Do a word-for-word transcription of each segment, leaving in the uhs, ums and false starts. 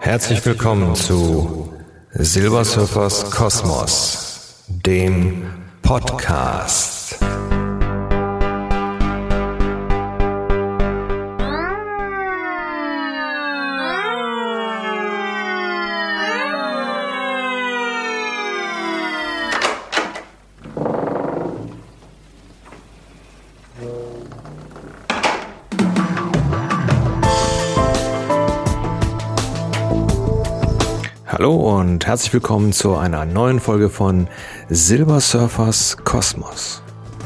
Herzlich willkommen zu Silver Surfers Kosmos, dem Podcast. Hallo und herzlich willkommen zu einer neuen Folge von Silver Surfers Kosmos.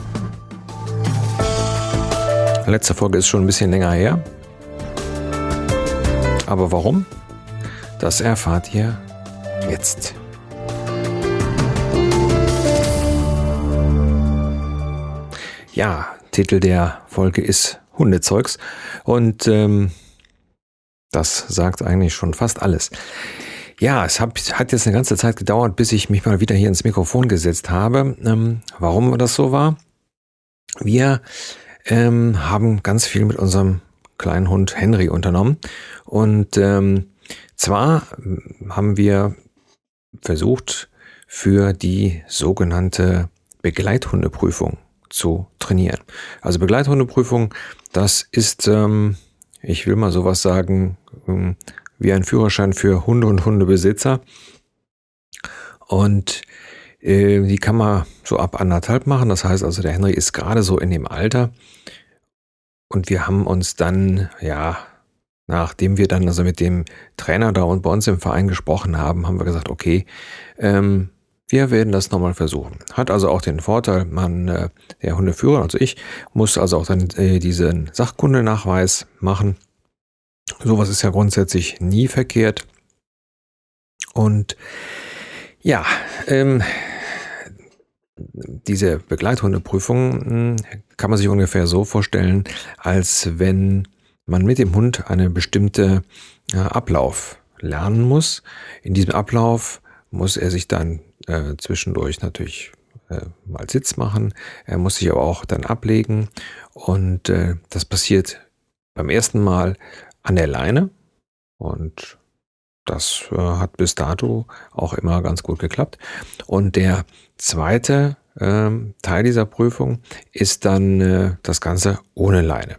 Letzte Folge ist schon ein bisschen länger her. Aber warum? Das erfahrt ihr jetzt. Ja, Titel der Folge ist Hundezeugs und ähm, das sagt eigentlich schon fast alles. Ja, es hat, hat jetzt eine ganze Zeit gedauert, bis ich mich mal wieder hier ins Mikrofon gesetzt habe. Ähm, warum das so war? Wir ähm, haben ganz viel mit unserem kleinen Hund Henry unternommen. Und ähm, zwar haben wir versucht, für die sogenannte Begleithundeprüfung zu trainieren. Also Begleithundeprüfung, das ist, ähm, ich will mal sowas sagen, ähm, wie ein Führerschein für Hunde und Hundebesitzer. Und äh, die kann man so ab anderthalb machen. Das heißt also, der Henry ist gerade so in dem Alter. Und wir haben uns dann, ja, nachdem wir dann also mit dem Trainer da und bei uns im Verein gesprochen haben, haben wir gesagt, okay, ähm, wir werden das nochmal versuchen. Hat also auch den Vorteil, man, äh, der Hundeführer, also ich, muss also auch dann äh, diesen Sachkundenachweis machen. Sowas ist ja grundsätzlich nie verkehrt. Und ja, ähm, diese Begleithundeprüfung kann man sich ungefähr so vorstellen, als wenn man mit dem Hund einen bestimmten äh, Ablauf lernen muss. In diesem Ablauf muss er sich dann äh, zwischendurch natürlich äh, mal Sitz machen. Er muss sich aber auch dann ablegen. Und äh, das passiert beim ersten Mal an der Leine und das äh, hat bis dato auch immer ganz gut geklappt. Und der zweite äh, Teil dieser Prüfung ist dann äh, das Ganze ohne Leine.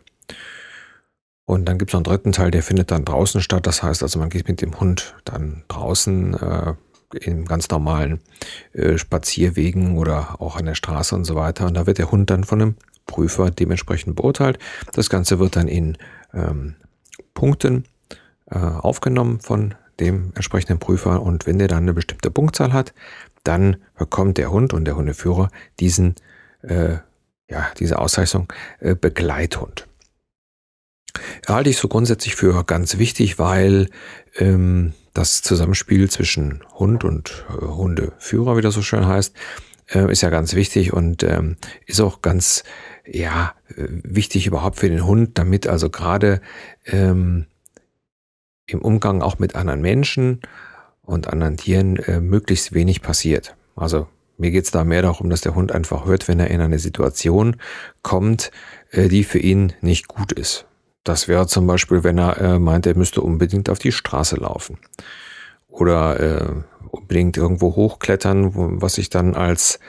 Und dann gibt es noch einen dritten Teil, der findet dann draußen statt. Das heißt also, man geht mit dem Hund dann draußen äh, in ganz normalen äh, Spazierwegen oder auch an der Straße und so weiter. Und da wird der Hund dann von einem Prüfer dementsprechend beurteilt. Das Ganze wird dann in ähm, Punkten äh, aufgenommen von dem entsprechenden Prüfer und wenn der dann eine bestimmte Punktzahl hat, dann bekommt der Hund und der Hundeführer diesen, äh, ja, diese Auszeichnung äh, Begleithund. Halte ich so grundsätzlich für ganz wichtig, weil ähm, das Zusammenspiel zwischen Hund und äh, Hundeführer, wie das so schön heißt, äh, ist ja ganz wichtig und ähm, ist auch ganz ja, wichtig überhaupt für den Hund, damit also gerade ähm, im Umgang auch mit anderen Menschen und anderen Tieren äh, möglichst wenig passiert. Also mir geht es da mehr darum, dass der Hund einfach hört, wenn er in eine Situation kommt, äh, die für ihn nicht gut ist. Das wäre zum Beispiel, wenn er äh, meint, er müsste unbedingt auf die Straße laufen oder äh, unbedingt irgendwo hochklettern, wo, was sich dann als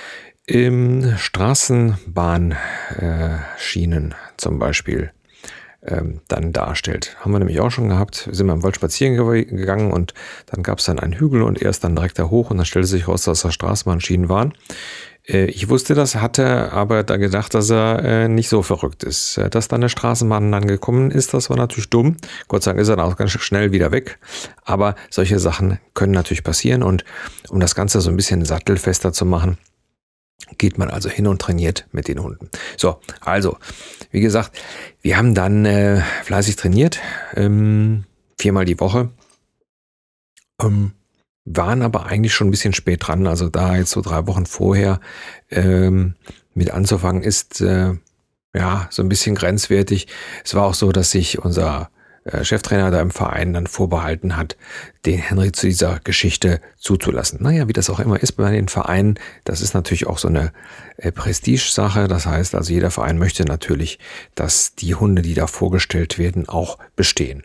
im Straßenbahnschienen äh, zum Beispiel ähm, dann darstellt. Haben wir nämlich auch schon gehabt. Wir sind mal im Wald spazieren ge- gegangen und dann gab es dann einen Hügel und er ist dann direkt da hoch und dann stellte sich raus, dass das Straßenbahnschienen waren. Äh, ich wusste das, hatte aber da gedacht, dass er äh, nicht so verrückt ist. Äh, dass dann eine Straßenbahn dann gekommen ist, das war natürlich dumm. Gott sei Dank ist er dann auch ganz schnell wieder weg. Aber solche Sachen können natürlich passieren und um das Ganze so ein bisschen sattelfester zu machen, geht man also hin und trainiert mit den Hunden. So, also, wie gesagt, wir haben dann äh, fleißig trainiert, ähm, viermal die Woche, ähm, waren aber eigentlich schon ein bisschen spät dran. Also da jetzt so drei Wochen vorher ähm, mit anzufangen ist, äh, ja, so ein bisschen grenzwertig. Es war auch so, dass sich unser Cheftrainer da im Verein dann vorbehalten hat, den Henry zu dieser Geschichte zuzulassen. Naja, wie das auch immer ist bei den Vereinen, das ist natürlich auch so eine äh, Prestige-Sache. Das heißt also, jeder Verein möchte natürlich, dass die Hunde, die da vorgestellt werden, auch bestehen.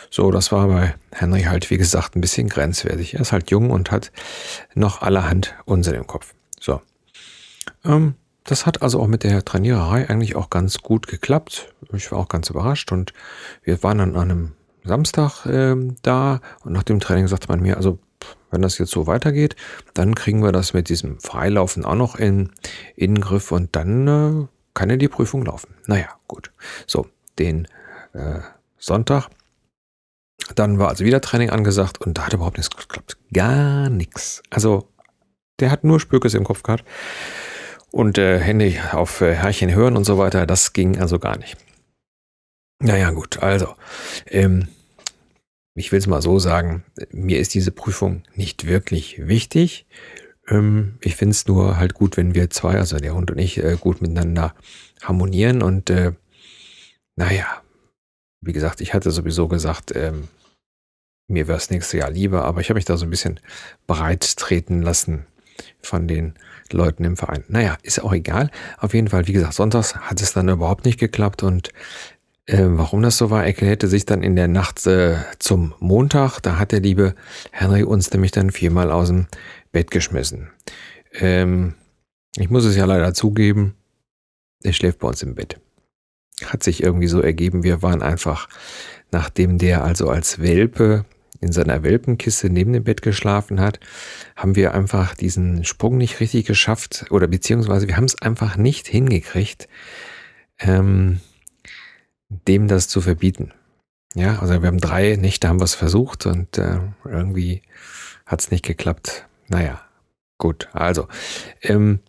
So, das war bei Henry halt, wie gesagt, ein bisschen grenzwertig. Er ist halt jung und hat noch allerhand Unsinn im Kopf. So. Ähm, das hat also auch mit der Trainiererei eigentlich auch ganz gut geklappt. Ich war auch ganz überrascht und wir waren dann an einem Samstag ähm, da und nach dem Training sagte man mir, also wenn das jetzt so weitergeht, dann kriegen wir das mit diesem Freilaufen auch noch in, in den Griff und dann äh, kann ja die Prüfung laufen. Naja, gut. So, den äh, Sonntag, dann war also wieder Training angesagt und da hat überhaupt nichts geklappt. Gar nichts. Also der hat nur Spökes im Kopf gehabt und äh, Hände auf äh, Herrchen hören und so weiter, das ging also gar nicht. Naja, gut, also ähm, ich will es mal so sagen, mir ist diese Prüfung nicht wirklich wichtig. Ähm, ich finde es nur halt gut, wenn wir zwei, also der Hund und ich, äh, gut miteinander harmonieren. Und äh, naja, wie gesagt, ich hatte sowieso gesagt, ähm, mir wäre es nächstes Jahr lieber, aber ich habe mich da so ein bisschen breit treten lassen von den Leuten im Verein. Naja, ist auch egal. Auf jeden Fall, wie gesagt, sonntags hat es dann überhaupt nicht geklappt und Äh, warum das so war, erklärte sich dann in der Nacht äh, zum Montag. Da hat der liebe Henry uns nämlich dann viermal aus dem Bett geschmissen. Ähm, ich muss es ja leider zugeben, er schläft bei uns im Bett. Hat sich irgendwie so ergeben, wir waren einfach, nachdem der also als Welpe in seiner Welpenkiste neben dem Bett geschlafen hat, haben wir einfach diesen Sprung nicht richtig geschafft oder beziehungsweise wir haben es einfach nicht hingekriegt, ähm, dem das zu verbieten. Ja, also wir haben drei Nächte haben wir es versucht und äh, irgendwie hat es nicht geklappt. Naja, gut, also. Ähm,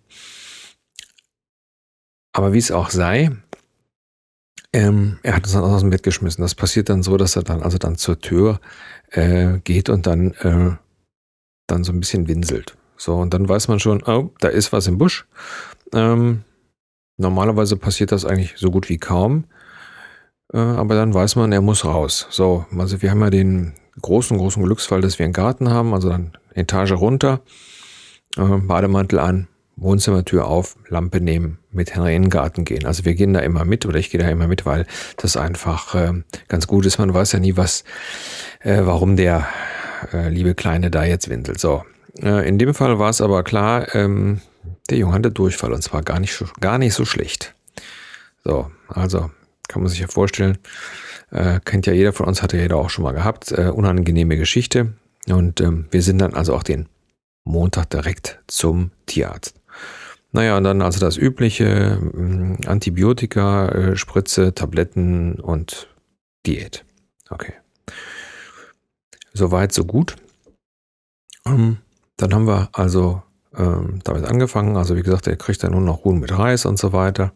aber wie es auch sei, ähm, er hat uns dann aus dem Bett geschmissen. Das passiert dann so, dass er dann also dann zur Tür äh, geht und dann, äh, dann so ein bisschen winselt. So, und dann weiß man schon, oh, da ist was im Busch. Ähm, normalerweise passiert das eigentlich so gut wie kaum. Aber dann weiß man, er muss raus. So, also wir haben ja den großen, großen Glücksfall, dass wir einen Garten haben, also dann Etage runter, äh, Bademantel an, Wohnzimmertür auf, Lampe nehmen, mit Henry in den Garten gehen. Also wir gehen da immer mit oder ich gehe da immer mit, weil das einfach äh, ganz gut ist. Man weiß ja nie, was, äh, warum der äh, liebe Kleine da jetzt winselt. So, äh, in dem Fall war es aber klar, ähm, der Junge hatte Durchfall und zwar gar nicht, gar nicht so schlecht. So, also kann man sich ja vorstellen, äh, kennt ja jeder von uns, hatte ja jeder auch schon mal gehabt, äh, unangenehme Geschichte. Und ähm, wir sind dann also auch den Montag direkt zum Tierarzt. Naja, und dann also das übliche, äh, Antibiotika, äh, Spritze, Tabletten und Diät. Okay. Soweit, so gut. Ähm, dann haben wir also ähm, damit angefangen. Also wie gesagt, er kriegt dann nur noch Huhn mit Reis und so weiter.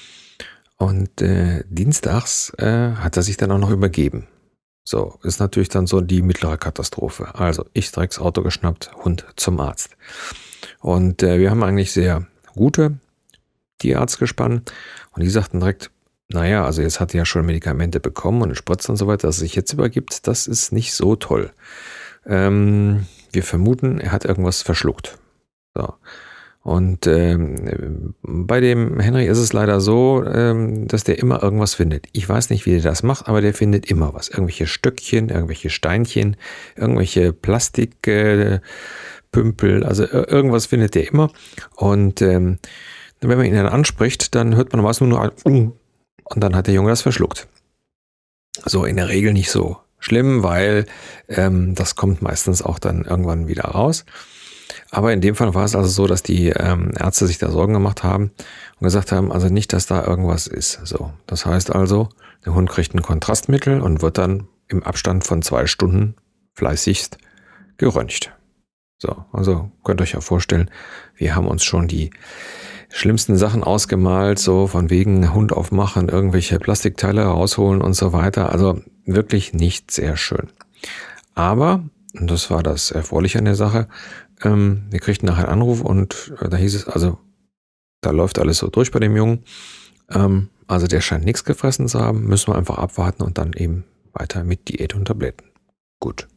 Und äh, dienstags äh, hat er sich dann auch noch übergeben. So, ist natürlich dann so die mittlere Katastrophe. Also, ich direkt das Auto geschnappt, Hund zum Arzt. Und äh, wir haben eigentlich sehr gute Tierarztgespann. Und die sagten direkt, naja, also jetzt hat er ja schon Medikamente bekommen und eine Spritze und so weiter, dass er sich jetzt übergibt, das ist nicht so toll. Ähm, wir vermuten, er hat irgendwas verschluckt. So. Und ähm, bei dem Henry ist es leider so, ähm, dass der immer irgendwas findet. Ich weiß nicht, wie der das macht, aber der findet immer was. Irgendwelche Stöckchen, irgendwelche Steinchen, irgendwelche Plastikpümpel, äh, also irgendwas findet der immer. Und ähm, wenn man ihn dann anspricht, dann hört man meistens nur ein und dann hat der Junge das verschluckt. So in der Regel nicht so schlimm, weil ähm, das kommt meistens auch dann irgendwann wieder raus. Aber in dem Fall war es also so, dass die ähm, Ärzte sich da Sorgen gemacht haben und gesagt haben, also nicht, dass da irgendwas ist. So, das heißt also, der Hund kriegt ein Kontrastmittel und wird dann im Abstand von zwei Stunden fleißigst geröntgt. So, also könnt ihr euch ja vorstellen, wir haben uns schon die schlimmsten Sachen ausgemalt, so von wegen Hund aufmachen, irgendwelche Plastikteile rausholen und so weiter. Also wirklich nicht sehr schön. Aber, und das war das Erfreuliche an der Sache, ähm, wir kriegten nachher einen Anruf und äh, da hieß es, also da läuft alles so durch bei dem Jungen. Ähm, also der scheint nichts gefressen zu haben, müssen wir einfach abwarten und dann eben weiter mit Diät und Tabletten. Gut.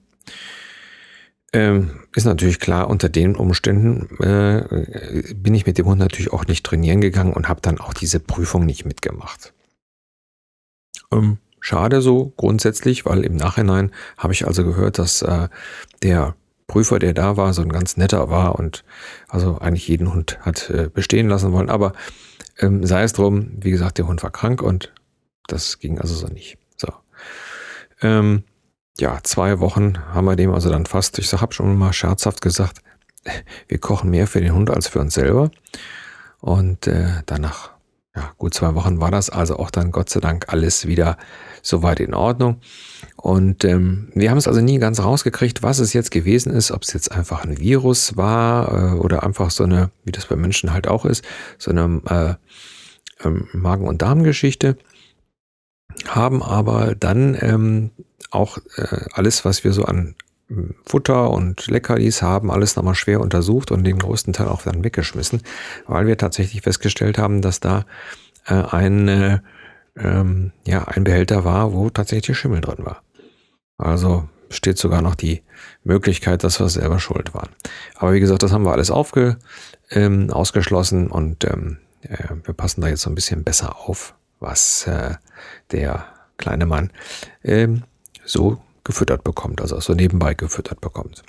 Ähm, ist natürlich klar, unter den Umständen äh, bin ich mit dem Hund natürlich auch nicht trainieren gegangen und habe dann auch diese Prüfung nicht mitgemacht. Ähm, schade so grundsätzlich, weil im Nachhinein habe ich also gehört, dass äh, der Prüfer, der da war, so ein ganz netter war und also eigentlich jeden Hund hat äh, bestehen lassen wollen. Aber ähm, sei es drum, wie gesagt, der Hund war krank und das ging also so nicht. So. Ähm, ja, zwei Wochen haben wir dem also dann fast, ich habe schon mal scherzhaft gesagt, wir kochen mehr für den Hund als für uns selber. Und äh, danach, ja, gut zwei Wochen war das also auch dann Gott sei Dank alles wieder soweit in Ordnung. Und ähm, wir haben es also nie ganz rausgekriegt, was es jetzt gewesen ist, ob es jetzt einfach ein Virus war äh, oder einfach so eine, wie das bei Menschen halt auch ist, so eine äh, ähm, Magen- und Darmgeschichte. Haben aber dann ähm, auch äh, alles, was wir so an Futter und Leckerlis haben, alles nochmal schwer untersucht und den größten Teil auch dann weggeschmissen, weil wir tatsächlich festgestellt haben, dass da äh, ein, äh, ähm, ja, ein Behälter war, wo tatsächlich Schimmel drin war. Also besteht sogar noch die Möglichkeit, dass wir selber schuld waren. Aber wie gesagt, das haben wir alles aufge, ähm, ausgeschlossen und ähm, äh, wir passen da jetzt so ein bisschen besser auf, was äh, der kleine Mann ähm, so gefüttert bekommt, also so nebenbei gefüttert bekommt.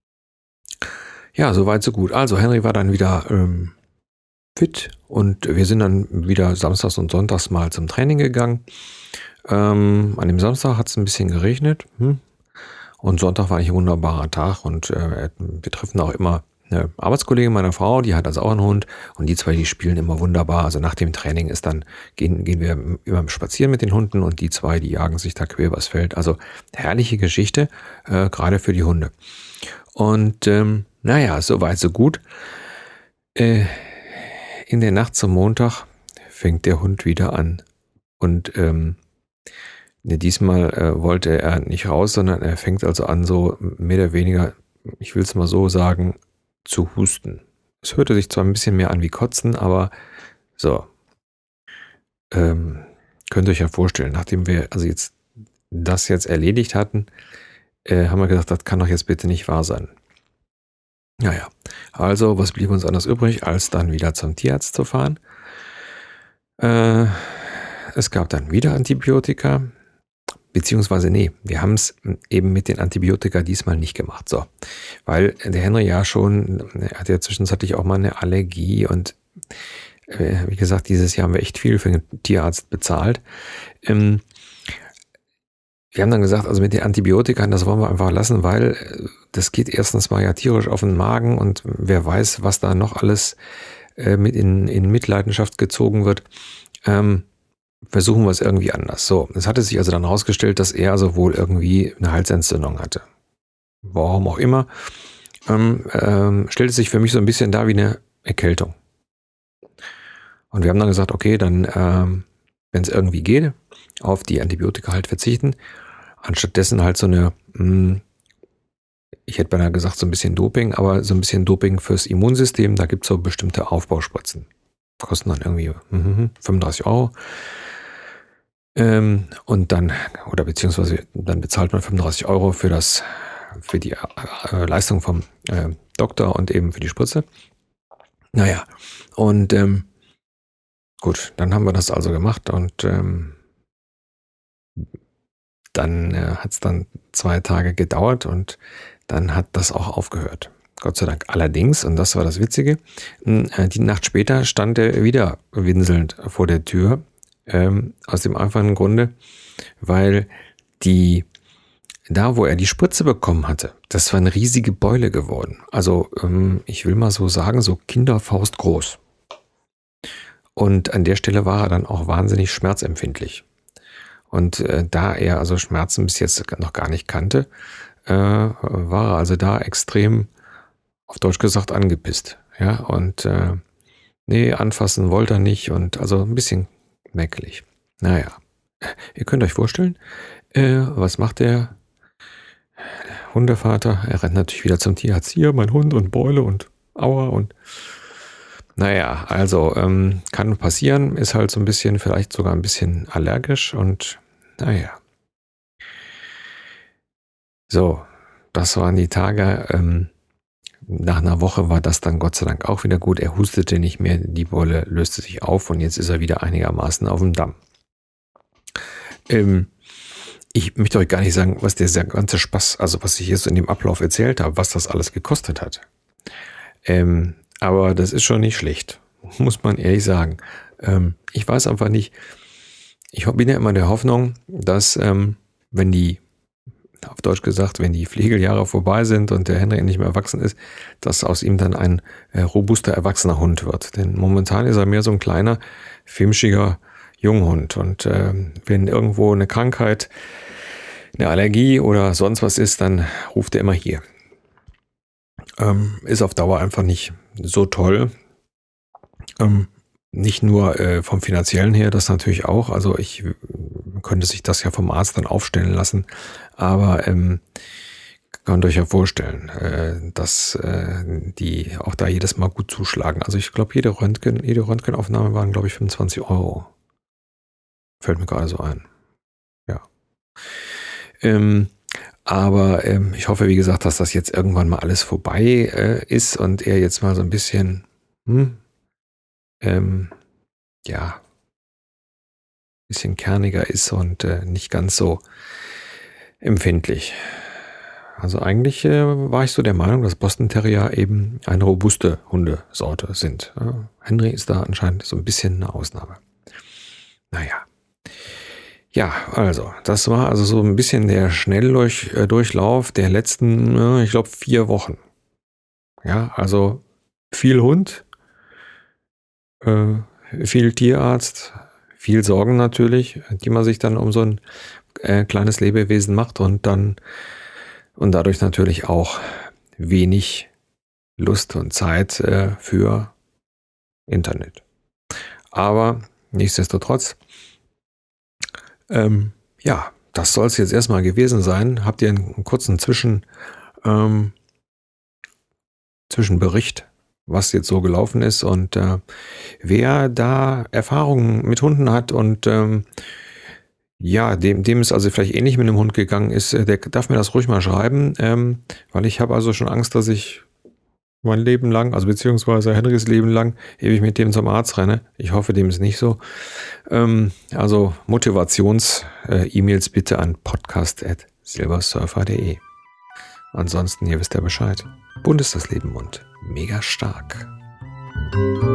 Ja, soweit so gut. Also Henry war dann wieder ähm, fit und wir sind dann wieder samstags und sonntags mal zum Training gegangen. Ähm, an dem Samstag hat es ein bisschen geregnet hm? und Sonntag war eigentlich ein wunderbarer Tag und äh, wir treffen auch immer eine Arbeitskollegin meiner Frau, die hat also auch einen Hund und die zwei, die spielen immer wunderbar. Also nach dem Training ist dann, gehen, gehen wir immer spazieren mit den Hunden und die zwei, die jagen sich da quer übers Feld. Also herrliche Geschichte, äh, gerade für die Hunde. Und ähm, naja, so weit, so gut. Äh, in der Nacht zum Montag fängt der Hund wieder an und ähm, ne, diesmal äh, wollte er nicht raus, sondern er fängt also an, so mehr oder weniger, ich will es mal so sagen, zu husten. Es hörte sich zwar ein bisschen mehr an wie Kotzen, aber so. Ähm, könnt ihr euch ja vorstellen, nachdem wir also jetzt das jetzt erledigt hatten, äh, haben wir gesagt, das kann doch jetzt bitte nicht wahr sein. Naja, also was blieb uns anders übrig, als dann wieder zum Tierarzt zu fahren? Äh, es gab dann wieder Antibiotika. Beziehungsweise, nee, wir haben es eben mit den Antibiotika diesmal nicht gemacht. So, weil der Henry ja schon, er hat ja zwischenzeitlich auch mal eine Allergie und äh, wie gesagt, dieses Jahr haben wir echt viel für den Tierarzt bezahlt. Ähm, wir haben dann gesagt, also mit den Antibiotika, das wollen wir einfach lassen, weil das geht erstens mal ja tierisch auf den Magen und wer weiß, was da noch alles äh, mit in, in Mitleidenschaft gezogen wird. Ähm, Versuchen wir es irgendwie anders. So, es hatte sich also dann herausgestellt, dass er also wohl irgendwie eine Halsentzündung hatte. Warum auch immer. Ähm, ähm, stellte sich für mich so ein bisschen dar wie eine Erkältung. Und wir haben dann gesagt, okay, dann, ähm, wenn es irgendwie geht, auf die Antibiotika halt verzichten. Anstattdessen halt so eine, mh, ich hätte beinahe gesagt, so ein bisschen Doping, aber so ein bisschen Doping fürs Immunsystem. Da gibt es so bestimmte Aufbauspritzen. Kosten dann irgendwie mh, fünfunddreißig Euro. Ähm, und dann, oder beziehungsweise dann bezahlt man fünfunddreißig Euro für das, für die äh, Leistung vom äh, Doktor und eben für die Spritze. Naja, und ähm, gut, dann haben wir das also gemacht und ähm, dann äh, hat es dann zwei Tage gedauert und dann hat das auch aufgehört. Gott sei Dank. Allerdings, und das war das Witzige, äh, die Nacht später stand er wieder winselnd vor der Tür. Ähm, aus dem einfachen Grunde, weil die, da wo er die Spritze bekommen hatte, das war eine riesige Beule geworden. Also ähm, ich will mal so sagen, so Kinderfaust groß. Und an der Stelle war er dann auch wahnsinnig schmerzempfindlich. Und äh, da er also Schmerzen bis jetzt noch gar nicht kannte, äh, war er also da extrem, auf Deutsch gesagt, angepisst. Ja, und äh, nee, anfassen wollte er nicht und also ein bisschen mäckelig. Naja, ihr könnt euch vorstellen, äh, was macht der Hundevater? Er rennt natürlich wieder zum Tierarzt. Hier, mein Hund und Beule und Aua und naja, also ähm, kann passieren, ist halt so ein bisschen, vielleicht sogar ein bisschen allergisch und naja. So, das waren die Tage. Ähm, nach einer Woche war das dann Gott sei Dank auch wieder gut. Er hustete nicht mehr, die Beule löste sich auf und jetzt ist er wieder einigermaßen auf dem Damm. Ähm, ich möchte euch gar nicht sagen, was der ganze Spaß, also was ich jetzt in dem Ablauf erzählt habe, was das alles gekostet hat. Ähm, aber das ist schon nicht schlecht, muss man ehrlich sagen. Ähm, ich weiß einfach nicht, ich bin ja immer der Hoffnung, dass ähm, wenn die, auf Deutsch gesagt, wenn die Pflegeljahre vorbei sind und der Henry nicht mehr erwachsen ist, dass aus ihm dann ein äh, robuster, erwachsener Hund wird. Denn momentan ist er mehr so ein kleiner, filmschiger Junghund. Und äh, wenn irgendwo eine Krankheit, eine Allergie oder sonst was ist, dann ruft er immer hier. Ähm, ist auf Dauer einfach nicht so toll. Ähm, nicht nur äh, vom Finanziellen her, das natürlich auch. Also ich könnte sich das ja vom Arzt dann aufstellen lassen. Aber ähm, könnt euch ja vorstellen, äh, dass äh, die auch da jedes Mal gut zuschlagen. Also ich glaube, jede Röntgen, jede Röntgenaufnahme waren, glaube ich, fünfundzwanzig Euro. Fällt mir gerade so ein. Ja. Ähm, aber ähm, ich hoffe, wie gesagt, dass das jetzt irgendwann mal alles vorbei äh, ist und er jetzt mal so ein bisschen, hm, ähm, ja, bisschen kerniger ist und äh, nicht ganz so empfindlich. Also eigentlich äh, war ich so der Meinung, dass Boston Terrier eben eine robuste Hundesorte sind. Ja, Henry ist da anscheinend so ein bisschen eine Ausnahme. Naja. Ja, also, das war also so ein bisschen der Schnelldurchlauf der letzten, ich glaube, vier Wochen. Ja, also viel Hund, äh, viel Tierarzt, viel Sorgen natürlich, die man sich dann um so ein äh, kleines Lebewesen macht und dann und dadurch natürlich auch wenig Lust und Zeit äh, für Internet. Aber nichtsdestotrotz, Ähm, ja, das soll es jetzt erstmal gewesen sein. Habt ihr einen kurzen Zwischen, ähm, Zwischenbericht, was jetzt so gelaufen ist und äh, wer da Erfahrungen mit Hunden hat und ähm, ja, dem, dem es also vielleicht ähnlich mit einem Hund gegangen ist, der darf mir das ruhig mal schreiben, ähm, weil ich habe also schon Angst, dass ich mein Leben lang, also beziehungsweise Henrys Leben lang, ewig mit dem zum Arzt renne. Ich hoffe, dem ist nicht so. Ähm, also Motivations-E-Mails äh, bitte an podcast at silversurfer punkt de. Ansonsten, ihr wisst ja Bescheid. Bunt ist das Leben und mega stark.